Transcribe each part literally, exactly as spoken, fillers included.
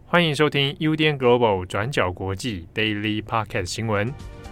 欢迎收听 U D N Global 转角国际 Daily Podcast 新闻。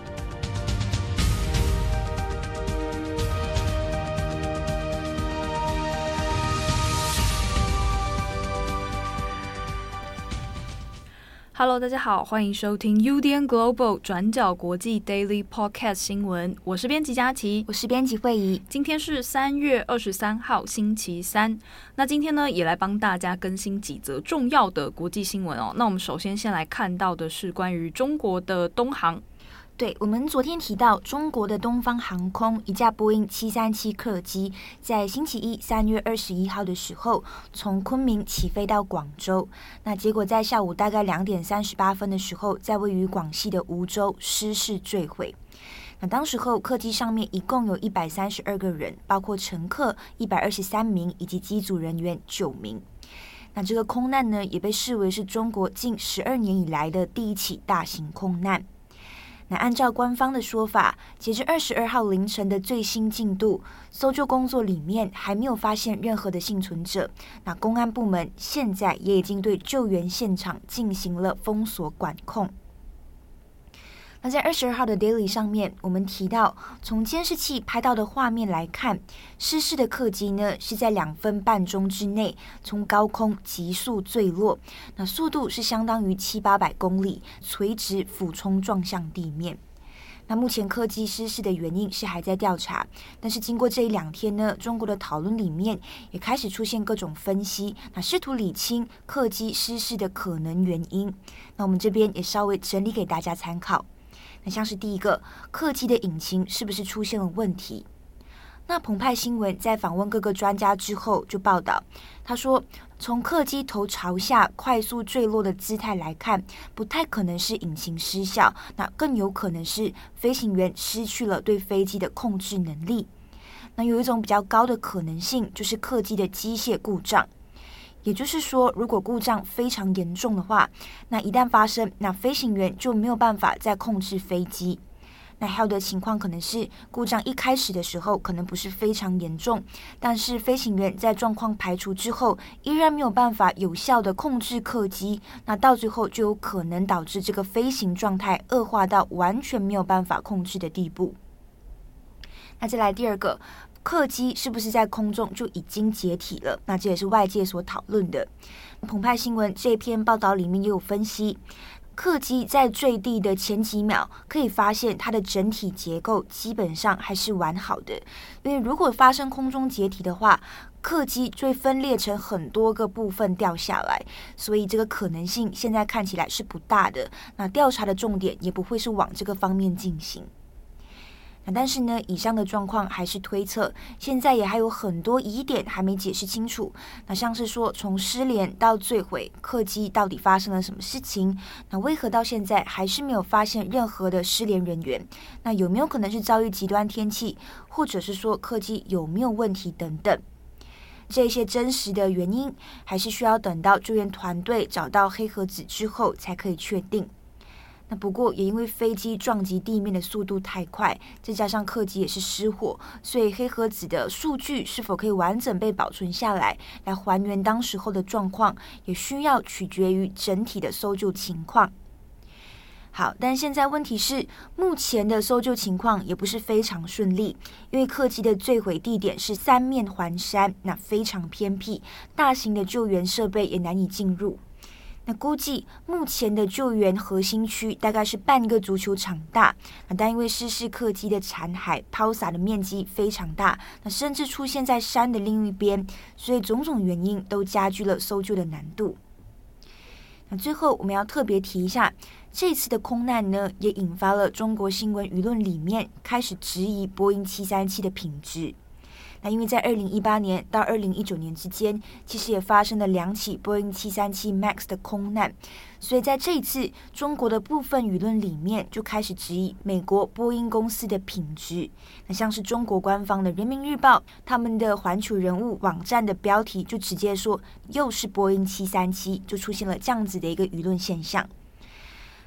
Hello， 大家好，欢迎收听 U D N Global 转角国际 Daily Podcast 新闻。我是编辑佳琪， 我是编辑慧仪。 今天是三月二十三号，星期三。那今天呢，也来帮大家更新几则重要的国际新闻哦。那我们首先先来看到的是关于中国的东航。 对，我们昨天提到中国的东方航空一架波音七三七客机在星期一三月二十一号的时候从昆明起飞到广州，那结果在下午大概两点三十八分的时候在位于广西的梧州失事坠毁。那当时候客机上面一共有一百三十二个人，包括乘客一百二十三名以及机组人员九名。那这个空难呢，也被视为是中国近十二年以来的第一起大型空难。那按照官方的说法，截至二十二号凌晨的最新进度，搜救工作里面还没有发现任何的幸存者。那公安部门现在也已经对救援现场进行了封锁管控。那在二十二号的 Daily 上面，我们提到从监视器拍到的画面来看，失事的客机呢是在两分半钟之内从高空急速坠落，那速度是相当于七八百公里，垂直俯冲撞向地面。那目前客机失事的原因是还在调查，但是经过这一两天呢，中国的讨论里面也开始出现各种分析，那试图理清客机失事的可能原因。那我们这边也稍微整理给大家参考。那像是第一个，客机的引擎是不是出现了问题？那澎湃新闻在访问各个专家之后就报道，他说从客机头朝下快速坠落的姿态来看，不太可能是引擎失效，那更有可能是飞行员失去了对飞机的控制能力。那有一种比较高的可能性，就是客机的机械故障。也就是说，如果故障非常严重的话，那一旦发生，那飞行员就没有办法再控制飞机。那还有的情况可能是故障一开始的时候可能不是非常严重，但是飞行员在状况排除之后，依然没有办法有效的控制客机，那到最后就有可能导致这个飞行状态恶化到完全没有办法控制的地步。那再来第二个，客机是不是在空中就已经解体了？那这也是外界所讨论的。澎湃新闻这篇报道里面也有分析，客机在坠地的前几秒，可以发现它的整体结构基本上还是完好的。因为如果发生空中解体的话，客机就会分裂成很多个部分掉下来，所以这个可能性现在看起来是不大的。那调查的重点也不会是往这个方面进行。但是呢，以上的状况还是推测，现在也还有很多疑点还没解释清楚。那像是说，从失联到坠毁，客机到底发生了什么事情？那为何到现在还是没有发现任何的失联人员？那有没有可能是遭遇极端天气，或者是说客机有没有问题等等？这些真实的原因，还是需要等到救援团队找到黑盒子之后才可以确定。那不过也因为飞机撞击地面的速度太快，再加上客机也是失火，所以黑盒子的数据是否可以完整被保存下来，来还原当时候的状况，也需要取决于整体的搜救情况。好，但现在问题是，目前的搜救情况也不是非常顺利，因为客机的坠毁地点是三面环山，那非常偏僻，大型的救援设备也难以进入。那估计目前的救援核心区大概是半个足球场大，那但因为失事客机的残骸抛洒的面积非常大，那甚至出现在山的另一边，所以种种原因都加剧了搜救的难度。那最后我们要特别提一下，这次的空难呢，也引发了中国新闻舆论里面开始质疑波音七三七的品质。那因为在二零一八年到二零一九年之间，其实也发生了两起波音七三七 MAX 的空难，所以在这一次中国的部分舆论里面就开始质疑美国波音公司的品质。那像是中国官方的人民日报，他们的环球人物网站的标题就直接说又是波音七三七，就出现了这样子的一个舆论现象。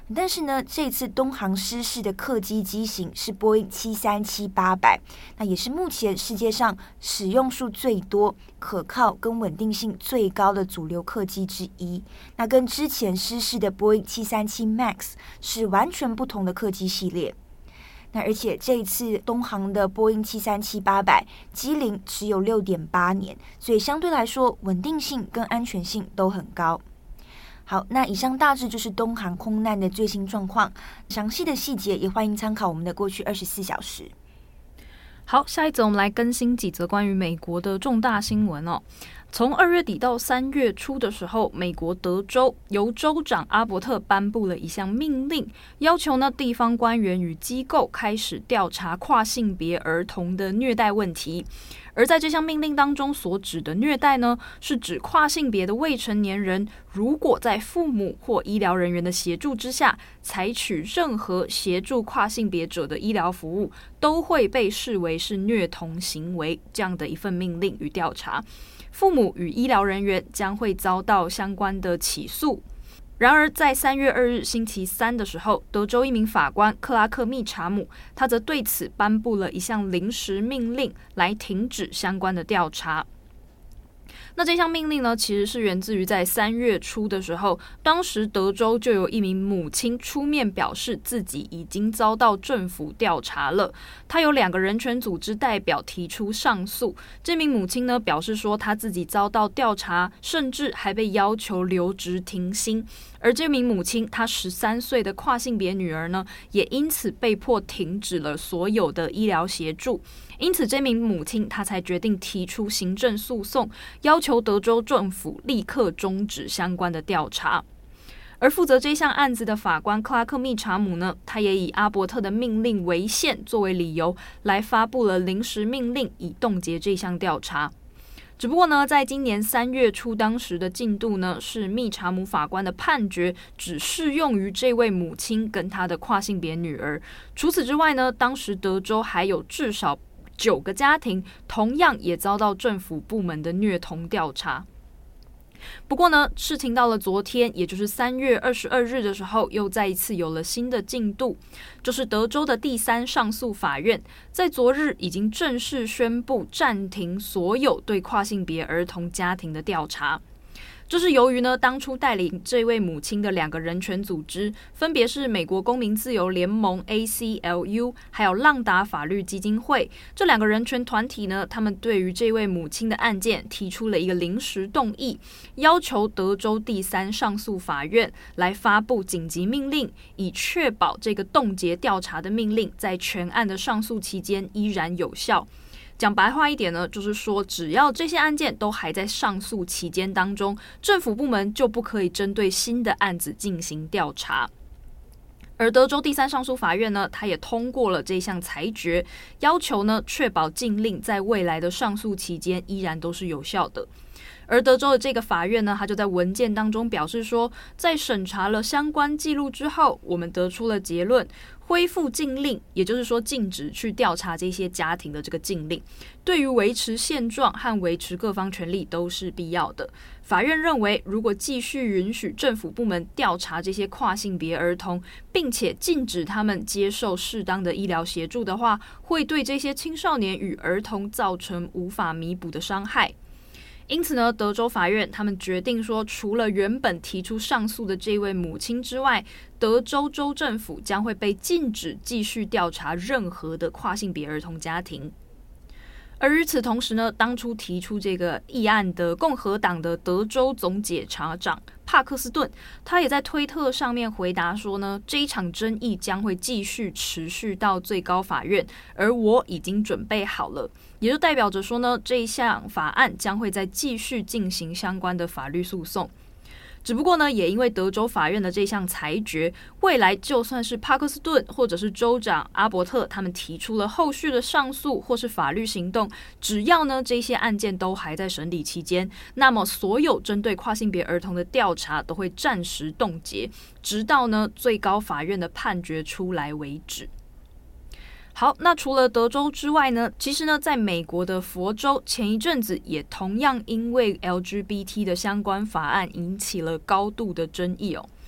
但是呢，这次东航失事的客机机型是波音七三七八百，那也是目前世界上使用数最多、可靠跟稳定性最高的主流客机之一。那跟之前失事的波音七三七 MAX 是完全不同的客机系列。那而且这一次东航的波音七三七八百机龄只有 六点八年，所以相对来说稳定性跟安全性都很高。好，那以上大致就是东航空难的最新状况，详细的细节也欢迎参考我们的过去二十四小时。 好，下一则我们来更新几则关于美国的重大新闻哦。从二月底到三月初的时候，美国德州由州长阿伯特颁布了一项命令，要求呢地方官员与机构开始调查跨性别儿童的虐待问题。而在这项命令当中所指的虐待呢，是指跨性别的未成年人如果在父母或医疗人员的协助之下，采取任何协助跨性别者的医疗服务，都会被视为是虐童行为这样的一份命令与调查。父母与医疗人员将会遭到相关的起诉。然而，在三月二日星期三的时候，德州一名法官克拉克密查姆，他则对此颁布了一项临时命令，来停止相关的调查。那这项命令呢，其实是源自于在三月初的时候，当时德州就有一名母亲出面表示自己已经遭到政府调查了。她有两个人权组织代表提出上诉。这名母亲呢表示说，她自己遭到调查，甚至还被要求留职停薪。而这名母亲，她十三岁的跨性别女儿呢，也因此被迫停止了所有的医疗协助。因此，这名母亲她才决定提出行政诉讼，要求德州政府立刻终止相关的调查。而负责这项案子的法官克拉克密查姆呢，他也以阿伯特的命令违宪作为理由，来发布了临时命令，以冻结这项调查。只不过呢，在今年三月初，当时的进度呢是密查姆法官的判决只适用于这位母亲跟她的跨性别女儿。除此之外呢，当时德州还有至少九个家庭同样也遭到政府部门的虐童调查。不过呢，事情到了昨天，也就是三月二十二日的时候，又再一次有了新的进度，就是德州的第三上诉法院在昨日已经正式宣布暂停所有对跨性别儿童家庭的调查。这是由于呢，当初带领这位母亲的两个人权组织，分别是美国公民自由联盟 A C L U， 还有浪达法律基金会。这两个人权团体呢，他们对于这位母亲的案件提出了一个临时动议，要求德州第三上诉法院来发布紧急命令，以确保这个冻结调查的命令在全案的上诉期间依然有效。讲白话一点呢，就是说只要这些案件都还在上诉期间当中，政府部门就不可以针对新的案子进行调查。而德州第三上诉法院呢，它也通过了这项裁决，要求呢确保禁令在未来的上诉期间依然都是有效的。而德州的这个法院呢，他就在文件当中表示说，在审查了相关记录之后，我们得出了结论，恢复禁令，也就是说禁止去调查这些家庭的这个禁令，对于维持现状和维持各方权利都是必要的。法院认为，如果继续允许政府部门调查这些跨性别儿童，并且禁止他们接受适当的医疗协助的话，会对这些青少年与儿童造成无法弥补的伤害。因此呢，德州法院他们决定说，除了原本提出上诉的这位母亲之外，德州州政府将会被禁止继续调查任何的跨性别儿童家庭。而与此同时呢，当初提出这个议案的共和党的德州总检察长帕克斯顿，他也在推特上面回答说呢，这一场争议将会继续持续到最高法院，而我已经准备好了，也就代表着说呢，这一项法案将会再继续进行相关的法律诉讼。只不过呢，也因为德州法院的这项裁决，未来就算是帕克斯顿或者是州长阿伯特他们提出了后续的上诉或是法律行动，只要呢这些案件都还在审理期间，那么所有针对跨性别儿童的调查都会暂时冻结，直到呢最高法院的判决出来为止。好，那除了德州之外呢，其实呢，在美国的佛州前一阵子也同样因为 L G B T 的相关法案引起了高度的争议哦。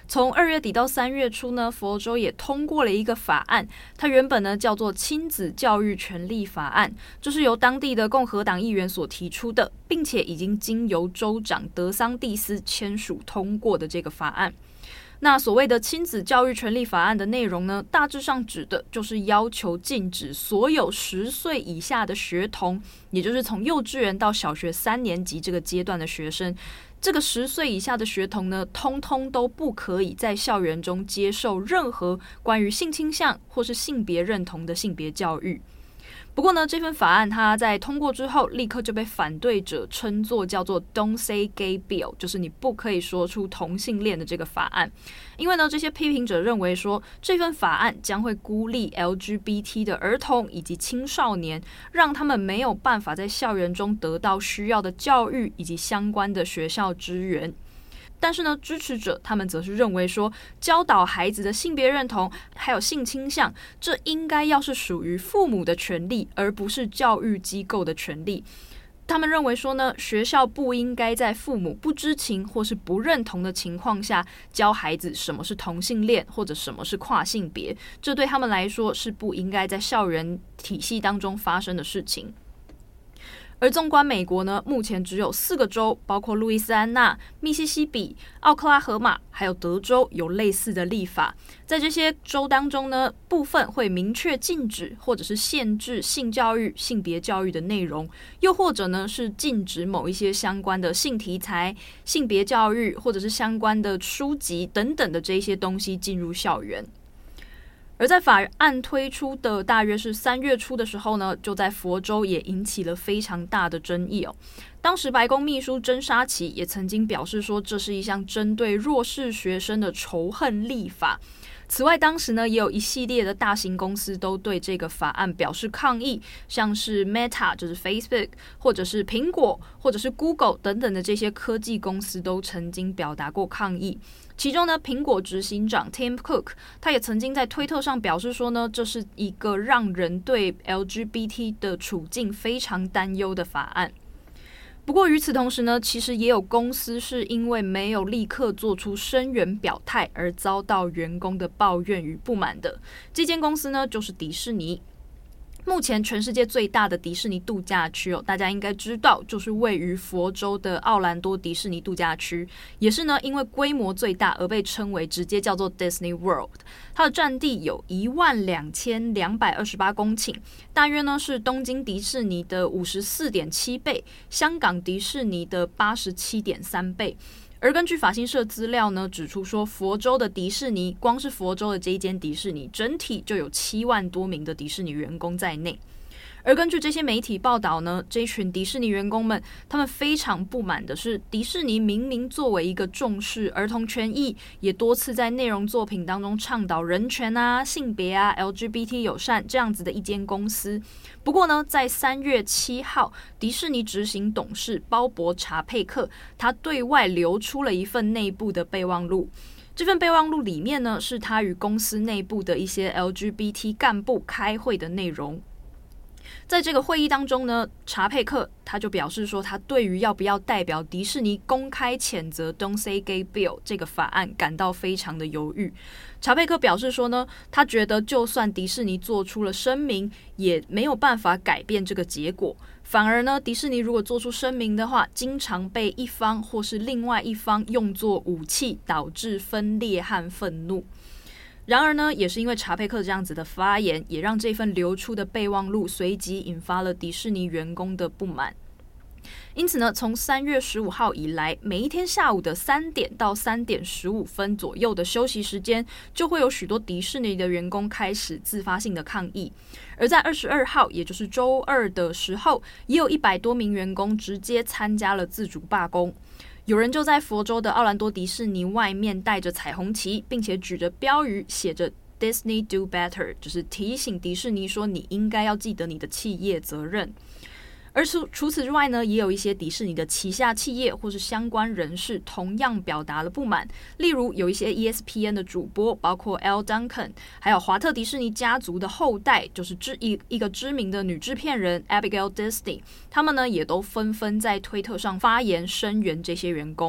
从二月底到三月初呢，佛州也通过了一个法案，它原本呢叫做亲子教育权利法案，这是由当地的共和党议员所提出的，并且已经经由州长德桑蒂斯签署通过的这个法案。那所谓的亲子教育权利法案的内容呢，大致上指的就是要求禁止所有十岁以下的学童，也就是从幼稚园到小学三年级这个阶段的学生，这个十岁以下的学童呢，通通都不可以在校园中接受任何关于性倾向或是性别认同的性别教育。不过呢，这份法案它在通过之后，立刻就被反对者称作叫做 Don't Say Gay Bill， 就是你不可以说出同性恋的这个法案。因为呢，这些批评者认为说，这份法案将会孤立 L G B T 的儿童以及青少年，让他们没有办法在校园中得到需要的教育以及相关的学校资源。但是呢，支持者他们则是认为说，教导孩子的性别认同还有性倾向，这应该要是属于父母的权利，而不是教育机构的权利。他们认为说呢，学校不应该在父母不知情或是不认同的情况下，教孩子什么是同性恋或者什么是跨性别，这对他们来说是不应该在校园体系当中发生的事情。而纵观美国呢，目前只有四个州，包括路易斯安那、密西西比、奥克拉荷马还有德州有类似的立法。在这些州当中呢，部分会明确禁止或者是限制性教育、性别教育的内容，又或者呢是禁止某一些相关的性题材、性别教育或者是相关的书籍等等的这些东西进入校园。而在法案推出的大约是三月初的时候呢，就在佛州也引起了非常大的争议哦。当时白宫秘书珍沙奇也曾经表示说，这是一项针对弱势学生的仇恨立法。此外，当时呢也有一系列的大型公司都对这个法案表示抗议，像是 Meta 就是 Facebook， 或者是苹果，或者是 Google 等等的这些科技公司都曾经表达过抗议。其中呢，苹果执行长 Tim Cook 他也曾经在推特上表示说呢，这是一个让人对 L G B T 的处境非常担忧的法案。不过与此同时呢，其实也有公司是因为没有立刻做出声援表态而遭到员工的抱怨与不满的。这间公司呢，就是迪士尼。目前全世界最大的迪士尼度假区哦，大家应该知道，就是位于佛州的奥兰多迪士尼度假区，也是呢因为规模最大而被称为直接叫做 Disney World。它的占地有一万两千两百二十八公顷，大约呢是东京迪士尼的五十四点七倍，香港迪士尼的八十七点三倍。而根据法新社资料呢，指出说，佛州的迪士尼，光是佛州的这一间迪士尼，整体就有七万多名的迪士尼员工在内。而根据这些媒体报道呢，这一群迪士尼员工们，他们非常不满的是，迪士尼明明作为一个重视儿童权益，也多次在内容作品当中倡导人权啊、性别啊、L G B T 友善这样子的一间公司。不过呢，在三月七号，迪士尼执行董事鲍勃·查佩克，他对外流出了一份内部的备忘录。这份备忘录里面呢，是他与公司内部的一些 L G B T 干部开会的内容。在这个会议当中呢，查佩克他就表示说，他对于要不要代表迪士尼公开谴责 Don't Say Gay Bill 这个法案感到非常的犹豫。查佩克表示说呢，他觉得就算迪士尼做出了声明，也没有办法改变这个结果。反而呢，迪士尼如果做出声明的话，经常被一方或是另外一方用作武器，导致分裂和愤怒。然而呢，也是因为查佩克这样子的发言，也让这份流出的备忘录随即引发了迪士尼员工的不满。因此呢，从三月十五号以来，每一天下午的三点到三点十五分左右的休息时间，就会有许多迪士尼的员工开始自发性的抗议。而在二十二号，也就是周二的时候，也有一百多名员工直接参加了自主罢工。有人就在佛州的奥兰多迪士尼外面带着彩虹旗，并且举着标语写着 Disney Do Better， 就是提醒迪士尼说你应该要记得你的企业责任。而除此之外呢，也有一些迪士尼的旗下企业或是相关人士同样表达了不满。例如有一些 E S P N 的主播，包括 Elle Duncan， 还有华特迪士尼家族的后代，就是知一一个知名的女制片人 Abigail Disney， 他们呢也都纷纷在推特上发言声援这些员工。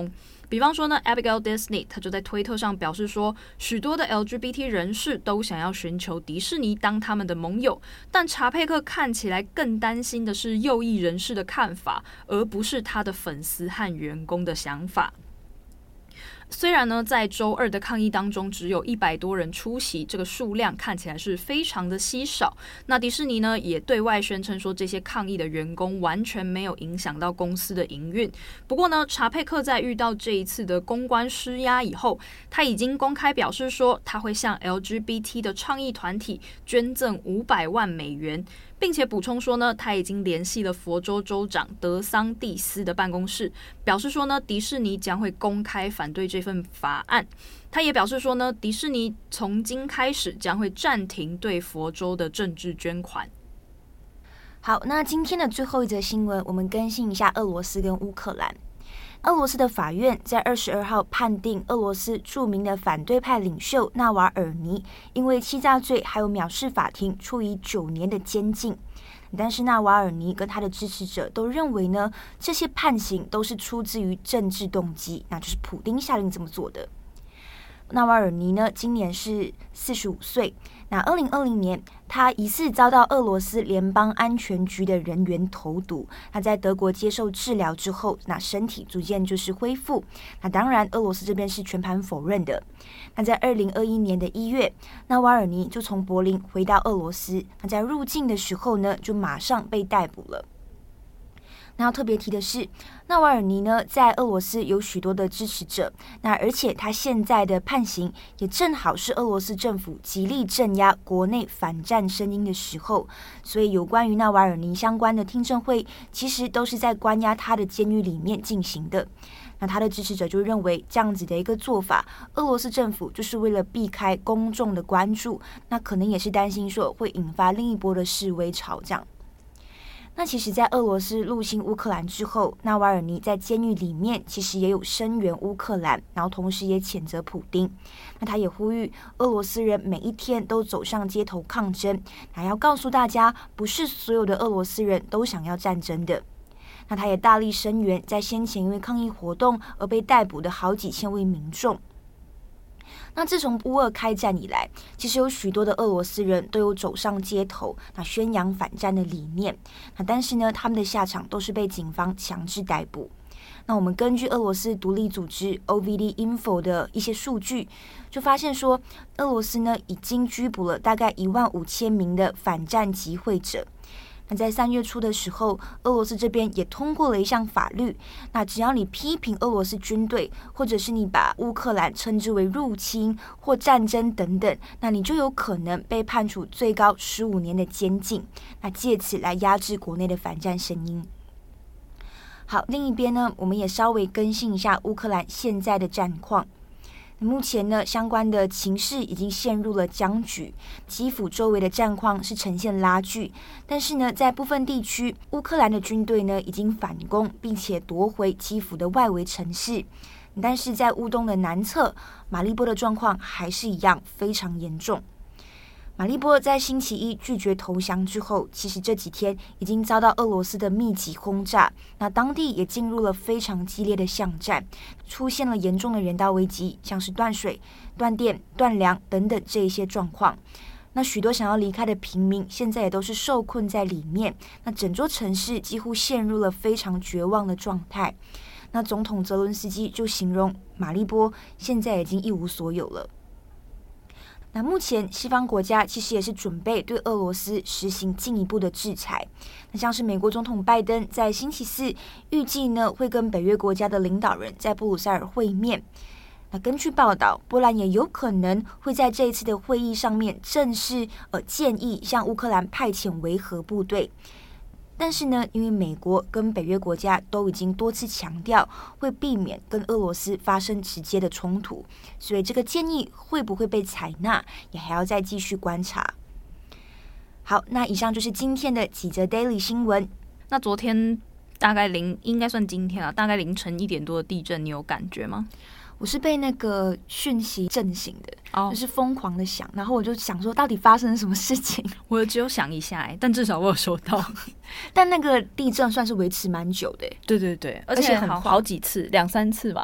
比方说呢 Abigail Disney 他就在推特上表示说，许多的 L G B T 人士都想要寻求迪士尼当他们的盟友，但查佩克看起来更担心的是右翼人士的看法，而不是他的粉丝和员工的想法。虽然呢，在周二的抗议当中，只有一百多人出席，这个数量看起来是非常的稀少。那迪士尼呢，也对外宣称说，这些抗议的员工完全没有影响到公司的营运。不过呢，查佩克在遇到这一次的公关施压以后，他已经公开表示说，他会向 L G B T 的倡议团体捐赠五百万美元。并且补充说呢，他已经联系了佛州州长德桑蒂斯的办公室，表示说呢，迪士尼将会公开反对这份法案。他也表示说呢，迪士尼从今开始将会暂停对佛州的政治捐款。 好，那今天的最后一则新闻，我们更新一下俄罗斯跟乌克兰。俄罗斯的法院在二十二号判定俄罗斯著名的反对派领袖纳瓦尔尼因为欺诈罪还有藐视法庭处以九年的监禁，但是纳瓦尔尼跟他的支持者都认为呢，这些判刑都是出自于政治动机，那就是普丁下令这么做的。纳瓦尔尼呢，今年是四十五岁。那二零二零年，他疑似遭到俄罗斯联邦安全局的人员投毒。他在德国接受治疗之后，那身体逐渐就是恢复。那当然，俄罗斯这边是全盘否认的。那在二零二一年的一月，纳瓦尔尼就从柏林回到俄罗斯。那在入境的时候呢，就马上被逮捕了。那要特别提的是，纳瓦尔尼呢在俄罗斯有许多的支持者，那而且他现在的判刑也正好是俄罗斯政府极力镇压国内反战声音的时候，所以有关于纳瓦尔尼相关的听证会，其实都是在关押他的监狱里面进行的。那他的支持者就认为这样子的一个做法，俄罗斯政府就是为了避开公众的关注，那可能也是担心说会引发另一波的示威潮这样。那其实在俄罗斯入侵乌克兰之后，纳瓦尔尼在监狱里面其实也有声援乌克兰，然后同时也谴责普丁。那他也呼吁俄罗斯人每一天都走上街头抗争，还要告诉大家，不是所有的俄罗斯人都想要战争的。那他也大力声援在先前因为抗议活动而被逮捕的好几千位民众。那自从乌俄开战以来，其实有许多的俄罗斯人都有走上街头，那宣扬反战的理念。那但是呢，他们的下场都是被警方强制逮捕。那我们根据俄罗斯独立组织 O V D Info 的一些数据，就发现说，俄罗斯呢已经拘捕了大概一万五千名的反战集会者。那在三月初的时候，俄罗斯这边也通过了一项法律，那只要你批评俄罗斯军队，或者是你把乌克兰称之为入侵或战争等等，那你就有可能被判处最高十五年的监禁，那借此来压制国内的反战声音。好，另一边呢，我们也稍微更新一下乌克兰现在的战况。目前呢，相关的情势已经陷入了僵局，基辅周围的战况是呈现拉锯，但是呢，在部分地区，乌克兰的军队呢已经反攻，并且夺回基辅的外围城市，但是在乌东的南侧，马利波的状况还是一样非常严重。马利波在星期一拒绝投降之后，其实这几天已经遭到俄罗斯的密集轰炸，那当地也进入了非常激烈的巷战，出现了严重的人道危机，像是断水、断电、断粮等等这一些状况。那许多想要离开的平民现在也都是受困在里面，那整座城市几乎陷入了非常绝望的状态。那总统泽伦斯基就形容马利波现在已经一无所有了。那目前西方国家其实也是准备对俄罗斯实行进一步的制裁。那像是美国总统拜登在星期四预计呢会跟北约国家的领导人在布鲁塞尔会面。那根据报道，波兰也有可能会在这一次的会议上面正式呃建议向乌克兰派遣维和部队。但是呢，因为美国跟北约国家都已经多次强调会避免跟俄罗斯发生直接的冲突，所以这个建议会不会被采纳，也还要再继续观察。好，那以上就是今天的几则 Daily 新闻。 那昨天大概凌应该算今天啊，大概凌晨一点多的地震，你有感觉吗？ 我是被那个讯息震醒的， 哦， 就是疯狂的响，然后我就想说到底发生了什么事情。 我只有想一下哎，但至少我有收到。 但那个地震算是维持蛮久的， 对对对，而且好好几次，两三次吧。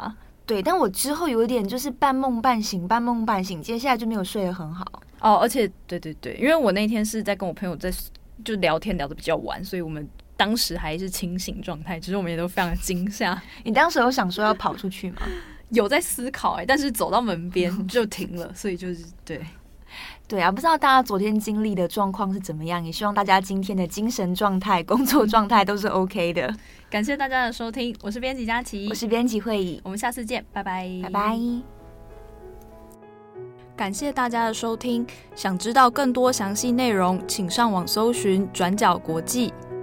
对，但我之后有一点就是半梦半醒，半梦半醒，接下来就没有睡得很好。 哦，而且对对对，因为我那天是在跟我朋友在就聊天聊得比较晚，所以我们当时还是清醒状态，只是我们也都非常的惊吓。 你当时有想说要跑出去吗？ 有在思考哎、欸，但是走到门边就停了，所以就是对。 对啊，不知道大家昨天经历的状况是怎么样，也希望大家今天的精神状态、工作状态都是 OK 的。 感谢大家的收听，我是编辑佳琪， 我是编辑慧仪， 我们下次见，拜拜， 拜拜。 感谢大家的收听，想知道更多详细内容，请上网搜寻转角国际。